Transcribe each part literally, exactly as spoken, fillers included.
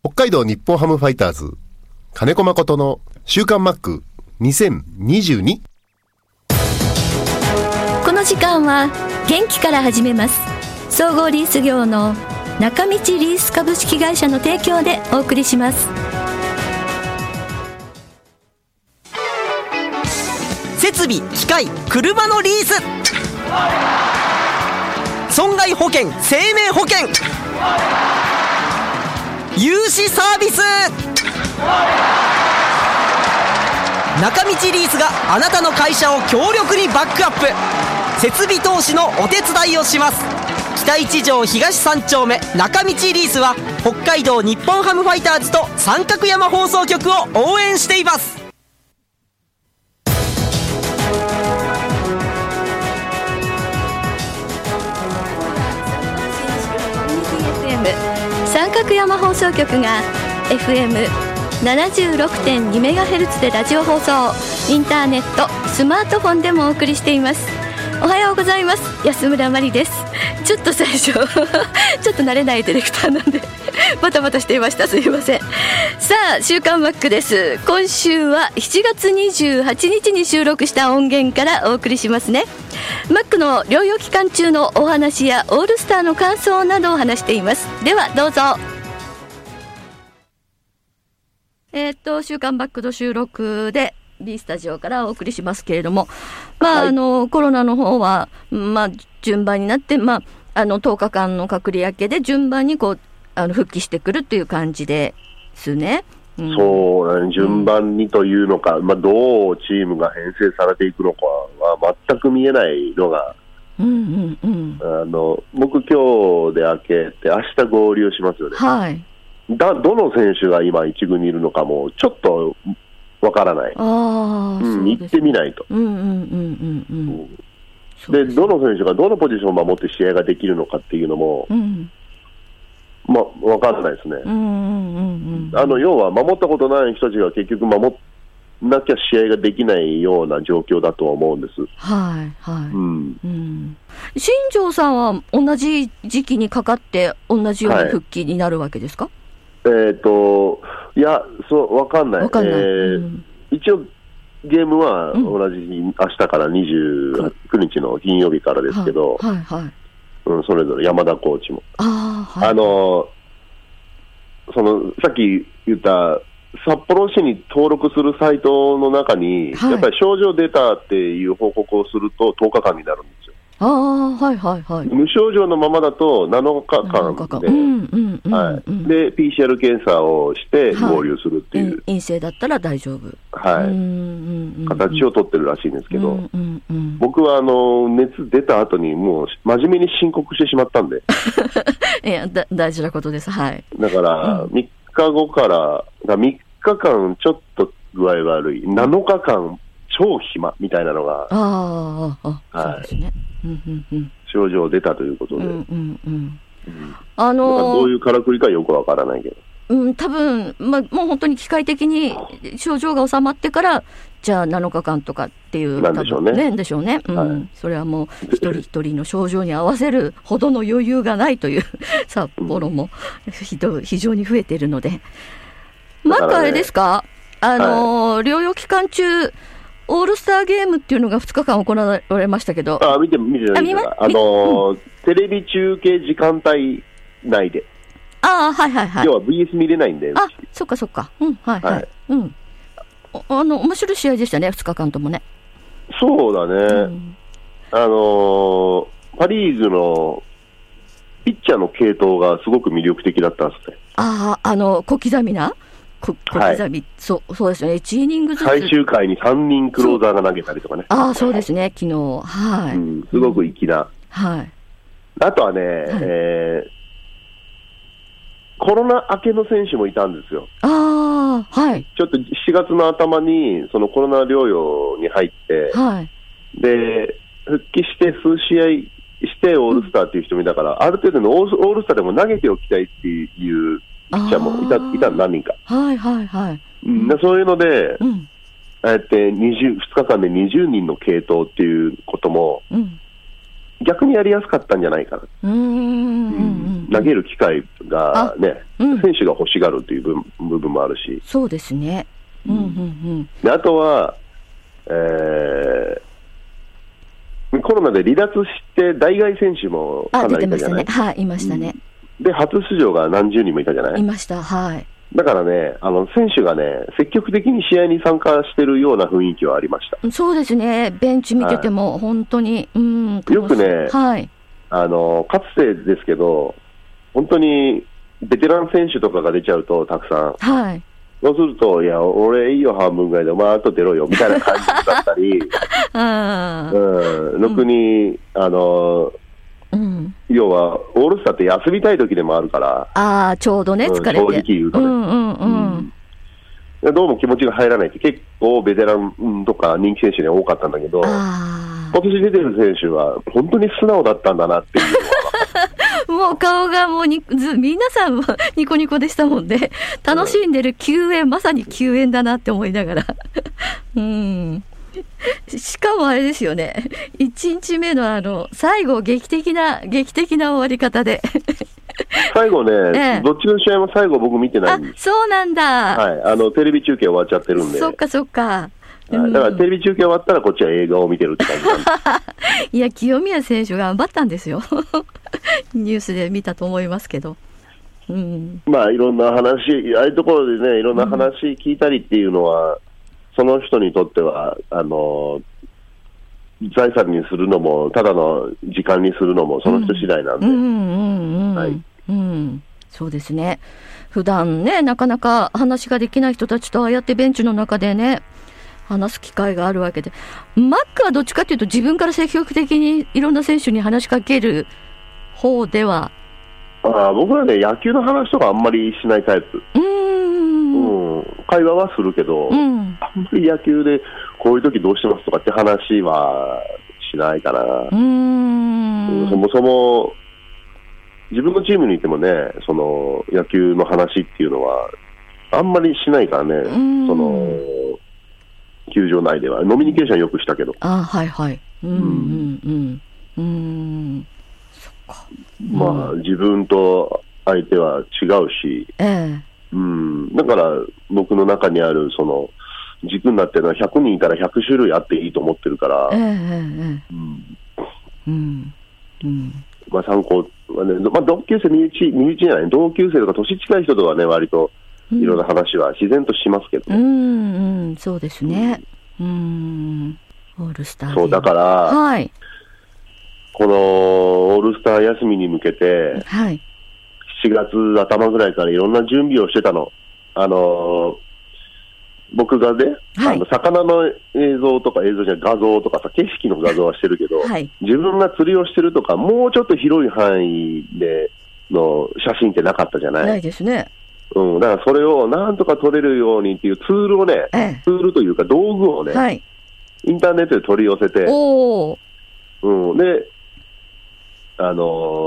北海道日本ハムファイターズ金子誠の週刊マックにせんにじゅうに。 この時間は元気から始めます。総合リース業の中道リース株式会社の提供でお送りします。 設備機械車のリース、損害保険生命保険、融資サービス、中道リースがあなたの会社を強力にバックアップ、設備投資のお手伝いをします。北一条東三丁目中道リースは北海道日本ハムファイターズと三角山放送局を応援しています。 三角山放送局が エフエムななじゅうろくてんにメガヘルツ でラジオ放送、インターネット、スマートフォンでもお送りしています。おはようございます。安村麻里です。ちょっと最初ちょっと慣れないディレクターなんでバタバタしていました。すいません。さあ、週刊マックです。今週はしちがつにじゅうはちにちに収録した音源からお送りしますね。マックの療養期間中のお話やオールスターの感想などを話しています。ではどうぞ。えー、っと週刊マックの収録で B スタジオからお送りしますけれども、まあ、はい、あのコロナの方は、まあ、順番になって、まあ、あのとおかかんの隔離明けで順番にこうあの復帰してくるという感じですね。うん、 そうね、順番にというのか、うん、まあ、どうチームが編成されていくのかは全く見えないのが、うんうんうん、あの僕今日で明けて明日合流しますよね。はい、だどの選手が今一軍にいるのかもちょっとわからない。あ、うん、行ってみないと。うんうんうんうんうん、でどの選手がどのポジションを守って試合ができるのかっていうのも、うん、まあ、わからないですね。うんうんうんうん、あの要は守ったことない人たちが結局守なきゃ試合ができないような状況だとは思うんです。はいはい、うんうん、 新庄さんは同じ時期にかかって同じように復帰になるわけですか？ はい、えーといや、そうわかんない。わかんない、えーうん、一応ゲームは同じ日、うん、明日からにじゅうくにちの金曜日からですけど、はいはいはい、うん、それぞれ山田コーチも、あ、はい、あのそのさっき言った札幌市に登録するサイトの中に、はい、やっぱり症状出たっていう報告をするととおかかんになるんですよ。あ、はいはいはい、無症状のままだとなのかかんで、うんうんうんはい、で ピーシーアール 検査をして合流するっていう、はい、 陰性だったら大丈夫、 はい、うんうんうん、形を取ってるらしいんですけど、うんうんうん、僕はあの熱出た後にもう真面目に申告してしまったんでいやだ大事なことです、はい、 だからみっかごからみっかかんちょっと具合悪い、なのかかん超暇みたいなのが、ああ、はい、そうですね、うんうんうん、症状出たということで、うんうんうん、あのー、どういうからくりかよくわからないけど、 うん、多分、ま、もう本当に機械的に症状が収まってからじゃあなのかかんとかっていうなんでしょうね、 ねでしょうね、うん、はい、それはもう一人一人の症状に合わせるほどの余裕がないという札幌も非常に増えているので、マックあれですか、あのーはい、療養期間中オールスターゲームっていうのがふつかかん行われましたけど、 あ、見て見てないですか、あのーうん、テレビ中継時間帯内で、 ああ、はいはいはい、 要は ブイエス 見れないんで、 あ、そっかそっか、うん、はいはい、はい、うん、あの面白い試合でしたね、ふつかかんともね。 そうだね、うん、あのー、パ・リーグのピッチャーの系統がすごく魅力的だったんですね。 ああ、あの小刻みな小刻み、はい、そう、そうですよね、いちイニングずつ最終回にさんにんクローザーが投げたりとかね。 ああ、そうですね、昨日、はい、うん、 すごく粋な、うん、はい、あとはね、はい、えー、コロナ明けの選手もいたんですよ。ああ、はい、ちょっとしちがつの頭にそのコロナ療養に入って、はい、で復帰して数試合してオールスターっていう人もいたから、うん、ある程度のオールスターでも投げておきたいっていうピッチャーもいた、いた何人か、はいはいはい、うん、でそういうので、うん、ああやってにじゅう、ふつかかんでにじゅうにんの継投っていうことも、うん、逆にやりやすかったんじゃないかな。うんうんうん投げる機会がね、うん、選手が欲しがるという部 分, 部分もあるし。 そうですね。うんうんうん、 であとは、えー、コロナで離脱して代替選手もかなりいたじゃない。 あ、出てましたね。はい、いましたね。 うん、で初出場が何十人もいたじゃない。 いました。はい。 だからね、あの選手がね、積極的に試合に参加しているような雰囲気はありました。 そうですね、ベンチ見てても、はい、本当に、うん、 よくね、 はい、 あの、かつてですけど、本当にベテラン選手とかが出ちゃうと、たくさん、 はい、 そうすると、いや、俺いいよ、半分ぐらいで、お前、あと出ろよみたいな感じだったり、 あうん、ろくに、うん、あの、うん、要はオールスターって休みたい時でもあるから、 あちょうどね、疲れて、 うん、正直言うとね、うんうんうんうん、どうも気持ちが入らないって結構ベテランとか人気選手に多かったんだけど、今年出てる選手は本当に素直だったんだなっていうのはもう顔がもうにず皆さんもニコニコでしたもんね。楽しんでる救援、うん、まさに救援だなって思いながらうんしかもあれですよね、いちにちめのあの最後劇的な劇的な終わり方で最後ね、ええ、どっちの試合も最後僕見てないんです。 あ、そうなんだ。 はい、あのテレビ中継終わっちゃってるんで。 そっかそっか、 うん、だからテレビ中継終わったらこっちは映画を見てるって感じなんですいや、清宮選手頑張ったんですよニュースで見たと思いますけど、うん、 まあいろんな話、ああいうところでね、いろんな話聞いたりっていうのは、うん、その人にとってはあの財産にするのもただの時間にするのもその人次第なんで、うんうんうん、はい、 うん、そうですね。普段ね、なかなか話ができない人たちとああやってベンチの中でね話す機会があるわけで、マックはどっちかというと自分から積極的にいろんな選手に話しかける方では。 あ、僕はね、野球の話とかあんまりしないタイプ。うーん、うん、会話はするけど、うん、あんまり野球でこういう時どうしてますとかって話はしないかな。うーん、そもそも自分のチームにいてもね、その野球の話っていうのはあんまりしないからね。その球場内ではノミニケーションよくしたけど。 あ、はいはい。うんうんうんうん。そっか。 まあ、うん、自分と相手は違うし、ええ、うん、だから僕の中にあるその軸になってるのはひゃくにんいたらひゃくしゅるいあっていいと思ってるから、ええええ、うんうんうん、まあ参考、まあね、まあ、同級生身内身内じゃない、同級生とか年近い人とはね割といろんな話は自然としますけど、ね、うんうん、そうですね、うん、うん、オールスターそうだから、はい、このオールスター休みに向けて、はい、しちがつあたまぐらいからいろんな準備をしてたの。あのー、僕がね、はい、あの魚の映像とか映像じゃ画像とかさ、景色の画像はしてるけど、はい、自分が釣りをしてるとかもうちょっと広い範囲での写真ってなかったじゃない。 ないですね。 うん、だからそれをなんとか撮れるようにっていうツールをね、ええ、ツールというか道具をね、はい、インターネットで取り寄せて、お、うん、で、あのー、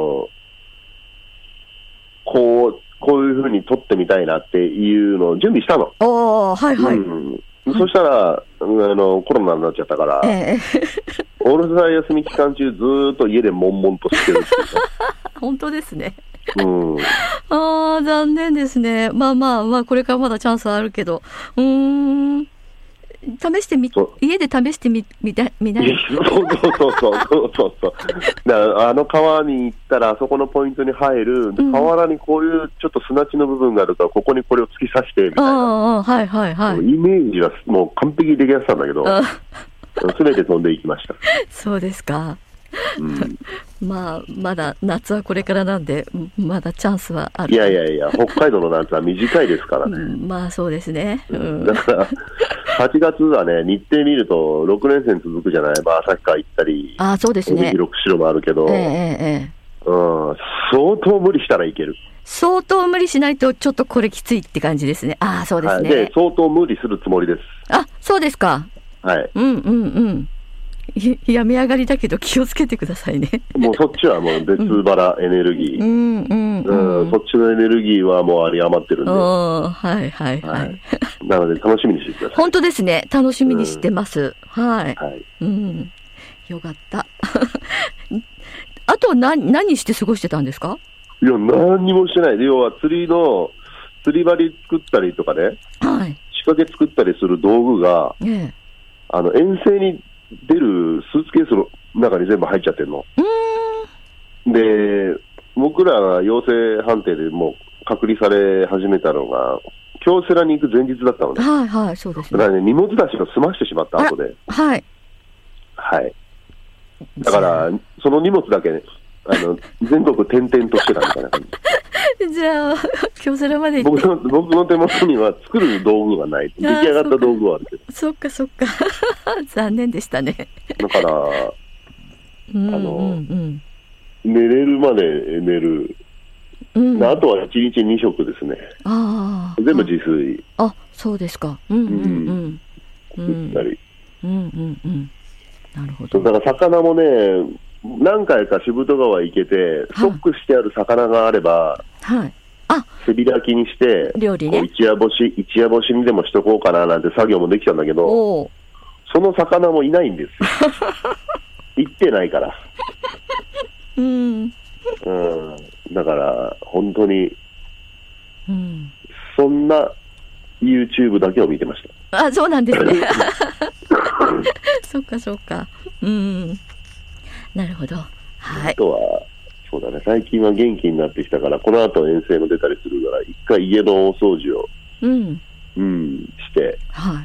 こうこういう風に撮ってみたいなっていうのを準備したの。 お、はいはい、うん、 そしたら、あのコロナになっちゃったから、ええ、オールスター休み期間中ずーっと家で悶々としてるっていう本当ですね。 うん、 ああ、残念ですね。まあまあまあ、これからまだチャンスはあるけど、うーん、試してみ、家で試してみ、みたい、みない。 そうそうそうそうそうそう。だからあの川に行ったらあそこのポイントに入る、うん、河原にこういうちょっと砂地の部分があるからここにこれを突き刺してみたいな。 ああ、はいはいはい。 イメージはもう完璧に出来上がってたんだけど、すべて飛んでいきました。 そうですか。うん、まあまだ夏はこれからなんでまだチャンスはある。 いやいやいや、北海道の夏は短いですからね、 うん、まあそうですね、うん、 だからはちがつはね、日程見るとろくねんせん続くじゃない。まあ旭川行ったり、 あ、そうですね、 ろく城もあるけど、えーえーうん、相当無理したらいける。 相当無理しないとちょっとこれきついって感じですね。ああ、そうですね、 はい、で相当無理するつもりです。 あ、そうですか。はい、うんうんうん、やめ上がりだけど気をつけてくださいね。 もうそっちはもう別腹エネルギー、うんうんうんうん、そっちのエネルギーはもう有り余ってるんで、 はいはいはい、はい、 なので楽しみにしてください。 本当ですね、楽しみにしてます、うん、はい、はい、うん、よかったあと何何して過ごしてたんですか？ いや、何にもしてない。要は釣りの、釣り針作ったりとかね、 はい、 仕掛け作ったりする道具が、ええ、あの遠征に出るスーツケースの中に全部入っちゃってるの。うーんで、僕らが陽性判定でもう隔離され始めたのが、京セラに行く前日だったので、 はいはい、そうですね。 だからね、荷物出しを済ましてしまった後で、 はい。 はい。だから、その荷物だけ、ね、あの全国転々としてたみたいな感じ。じゃあ、京セラまで行って僕の、僕の手元には作る道具がない。出来上がった道具はあるけど。 そっかそっか。残念でしたね。 だから、 うんうんうん、 あの、寝れるまで寝る。うん、あとはいちにちに食ですね。あ全部自炊。 あ、そうですか。うんうんうん。 作ったり。 うんうんうん。なるほど。 だから魚もね、何回か渋戸川行けて、ストックしてある魚があれば、 はい。あ、 背開きにして、 料理ね。 一夜干し、一夜干しにでもしとこうかななんて作業もできたんだけど、 おその魚もいないんですよ。行ってないから。 うん。 うん。だから本当に、 うん、 そんな YouTube だけを見てました。 あ、そうなんですね。そっかそっか。うん。なるほど。はい。 あとはそうだね。最近は元気になってきたから、この後遠征も出たりするから、一回家のお掃除を、 うんうん、して、 はい、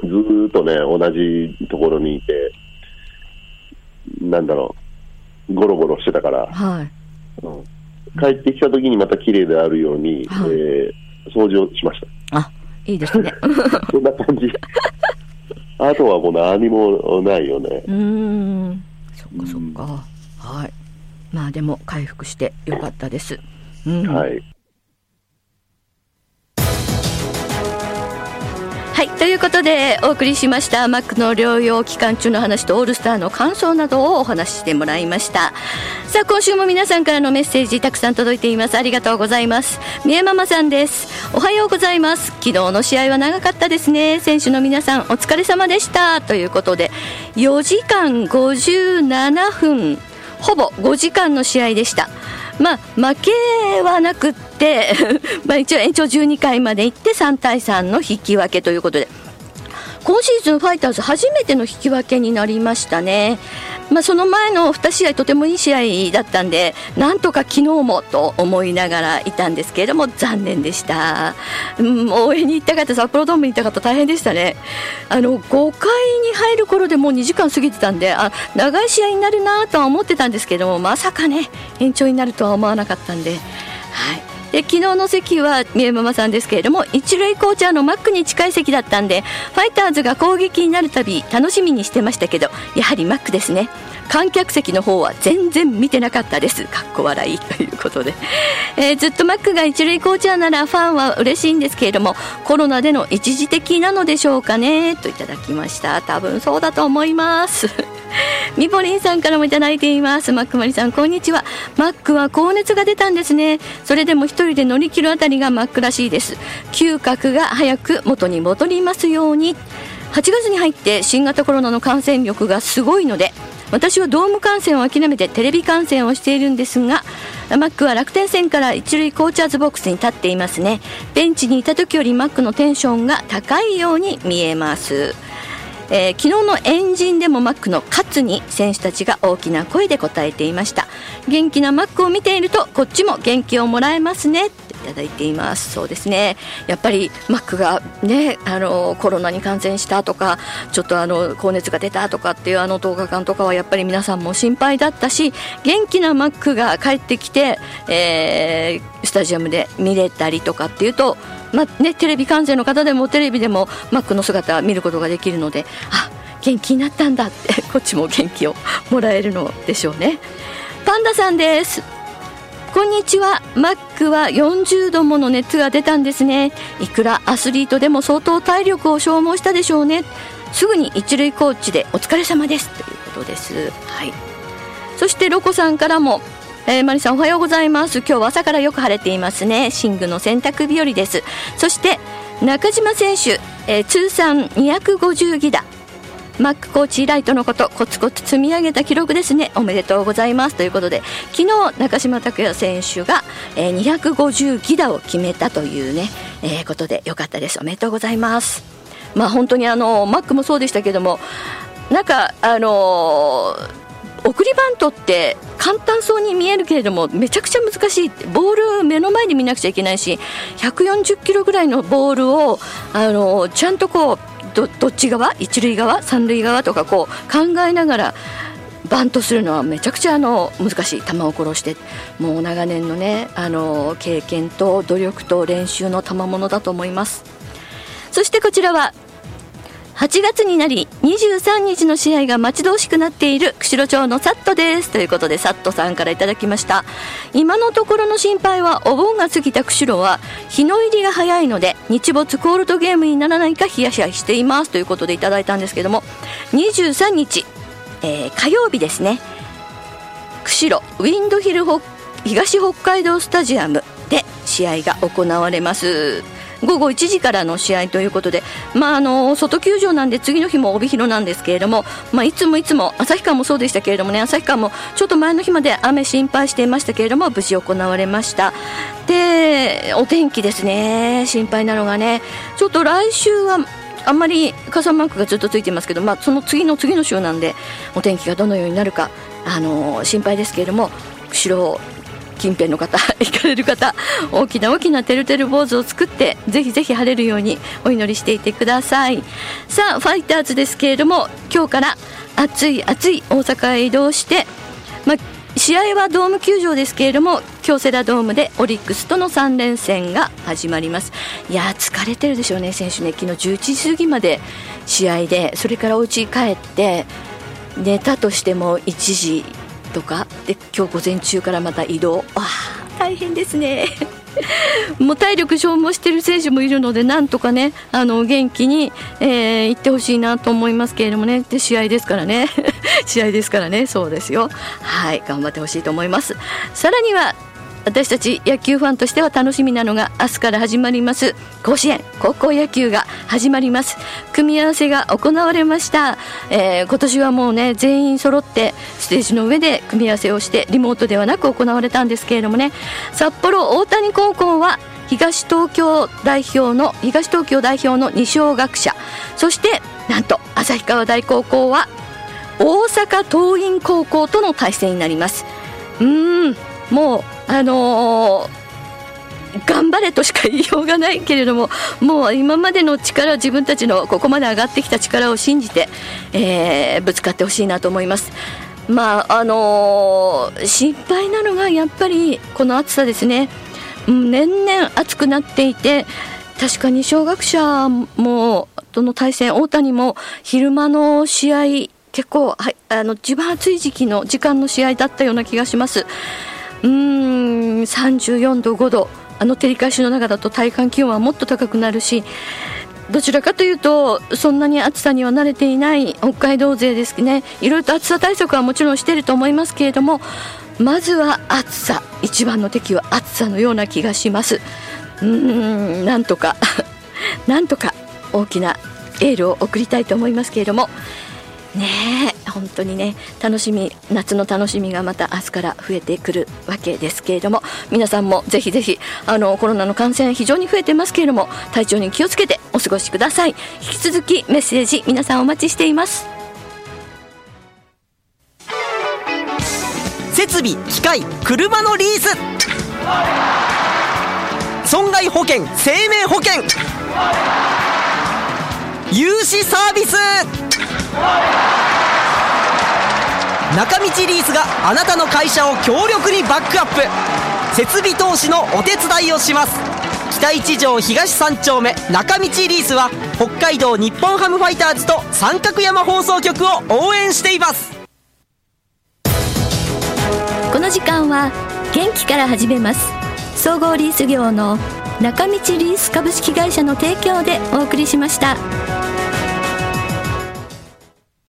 ずーっとね同じところにいて、なんだろう、ゴロゴロしてたから。 はい。 うん、帰ってきた時にまた綺麗であるように、はい、えー、掃除をしました。 あ、いいですね。 そんな感じ。あとはもう何もないよね。 うーん、そっかそっか、うん、はい。まあでも回復してよかったです。うん、 はい。 はい、ということでお送りしましたマックの療養期間中の話とオールスターの感想などをお話ししてもらいました。さあ今週も皆さんからのメッセージたくさん届いています。ありがとうございます。みえママさんです。おはようございます。昨日の試合は長かったですね。選手の皆さんお疲れ様でしたということで、よじかんごじゅうななふん、ほぼごじかんの試合でした。まあ、負けはなくってまあ一応延長じゅうにかいまで行ってさんたいさんの引き分けということで、今シーズンファイターズ初めての引き分けになりましたね。まあ、その前のに試合とてもいい試合だったんで、なんとか昨日もと思いながらいたんですけれども残念でした、うん、応援に行った方、札幌ドームに行った方大変でしたね。あのごかいに入る頃でもうにじかん過ぎてたんで、あ、長い試合になるなとは思ってたんですけども、まさかね延長になるとは思わなかったんで、はい。で昨日の席はみえママさんですけれども、一塁コーチャーのマックに近い席だったんで、ファイターズが攻撃になるたび楽しみにしてましたけど、やはりマックですね。観客席の方は全然見てなかったです。かっこ笑いということで、えー、ずっとマックが一塁コーチャーならファンは嬉しいんですけれども、コロナでの一時的なのでしょうかねといただきました。多分そうだと思いますみぼりんさんからもいただいています。マックマリさんこんにちは。マックは高熱が出たんですね。それでも一人で乗り切るあたりがマックらしいです。嗅覚が早く元に戻りますように。はちがつに入って新型コロナの感染力がすごいので、私はドーム観戦を諦めてテレビ観戦をしているんですが、マックは楽天戦から一塁コーチャーズボックスに立っていますね。ベンチにいた時よりマックのテンションが高いように見えます。えー、昨日の円陣でもマックの勝つに選手たちが大きな声で応えていました。元気なマックを見ているとこっちも元気をもらえますねっていただいています。そうですね、やっぱりマックがね、あのコロナに感染したとか、ちょっとあの高熱が出たとかっていうあのとおかかんとかはやっぱり皆さんも心配だったし、元気なマックが帰ってきて、えー、スタジアムで見れたりとかっていうと、まあね、テレビ観戦の方でもテレビでもマックの姿を見ることができるので、あ、元気になったんだってこっちも元気をもらえるのでしょうね。パンダさんです。こんにちは。マックはよんじゅうどもの熱が出たんですね。いくらアスリートでも相当体力を消耗したでしょうね。すぐに一塁コーチでお疲れ様ですということです。はい。そしてロコさんからも、えー、マリさんおはようございます。今日は朝からよく晴れていますね。寝具の洗濯日和です。そして中島選手、えー、通算にひゃくごじゅうぎだ、 マックコーチライトのこと、コツコツ積み上げた記録ですね。おめでとうございますということで、昨日中島拓也選手が、えー、にひゃくごじゅう犠打を決めたというね、えー、ことでよかったです。おめでとうございます。まあ本当にあのマックもそうでしたけども、なんかあのー送りバントって簡単そうに見えるけれどもめちゃくちゃ難しい。ボール目の前で見なくちゃいけないし、ひゃくよんじゅっキロぐらいのボールをあのちゃんとこう ど, どっち側、一塁側三塁側とかこう考えながらバントするのはめちゃくちゃあの難しい。球を殺して、もう長年のねあの経験と努力と練習の賜物だと思います。そしてこちらははちがつになりにじゅうさんにちの試合が待ち遠しくなっている釧路町のサットですということで、サットさんからいただきました。今のところの心配はお盆が過ぎた釧路は日の入りが早いので日没コールドゲームにならないかヒヤヒヤしていますということでいただいたんですけども、にじゅうさんにち、えー、火曜日ですね、釧路ウィンドヒル東北海道スタジアムで試合が行われます。ごごいちじからの試合ということで、まあ、あの外球場なんで次の日も帯広なんですけれども、まあ、いつもいつも旭川もそうでしたけれどもね、旭川もちょっと前の日まで雨心配していましたけれども無事行われました。でお天気ですね、心配なのがね、ちょっと来週はあんまり傘マークがずっとついてますけど、まあ、その次の次の週なんでお天気がどのようになるかあの心配ですけれども、釧路近辺の方行かれる方、大きな大きなてるてる坊主を作ってぜひぜひ晴れるようにお祈りしていてください。さあファイターズですけれども、今日から暑い暑い大阪へ移動して、まあ、試合はドーム球場ですけれども京セラドームでオリックスとのさんれんせんが始まります。いや疲れてるでしょうね選手ね。昨日じゅういちじ過ぎまで試合で、それからお家帰って寝たとしてもいちじとかで、今日午前中からまた移動、あ大変ですねもう体力消耗している選手もいるので、なんとかねあの元気に、えー、行ってほしいなと思いますけれどもね。で試合ですからね試合ですからね、そうですよ、はい頑張ってほしいと思います。さらには私たち野球ファンとしては楽しみなのが明日から始まります甲子園高校野球が始まります。組み合わせが行われました、えー、今年はもうね全員揃ってステージの上で組み合わせをしてリモートではなく行われたんですけれどもね、札幌大谷高校は東東京代表の東東京代表の二松学舎、そしてなんと旭川大高校は大阪桐蔭高校との対戦になります。うーんもうあのー、頑張れとしか言いようがないけれども、もう今までの力、自分たちのここまで上がってきた力を信じて、えー、ぶつかってほしいなと思います。まああのー、心配なのがやっぱりこの暑さですね。年々暑くなっていて、確かに小学者もとの対戦、大谷も昼間の試合結構、はい、あの一番暑い時期の時間の試合だったような気がします。うーんさんじゅうよんどごど、あの照り返しの中だと体感気温はもっと高くなるし、どちらかというとそんなに暑さには慣れていない北海道勢ですね。いろいろと暑さ対策はもちろんしていると思いますけれども、まずは暑さ、一番の敵は暑さのような気がします。うーんなんとかなんとか大きなエールを送りたいと思いますけれどもねえ、本当にね楽しみ、夏の楽しみがまた明日から増えてくるわけですけれども、皆さんもぜひぜひあのコロナの感染非常に増えてますけれども体調に気をつけてお過ごしください。引き続きメッセージ皆さんお待ちしています。 設備機械車のリース、損害保険生命保険、融資サービス、中道リースがあなたの会社を強力にバックアップ、設備投資のお手伝いをします。北一条東三丁目中道リースは北海道日本ハムファイターズと三角山放送局を応援しています。 この時間は元気から始めます。総合リース業の中道リース株式会社の提供でお送りしました。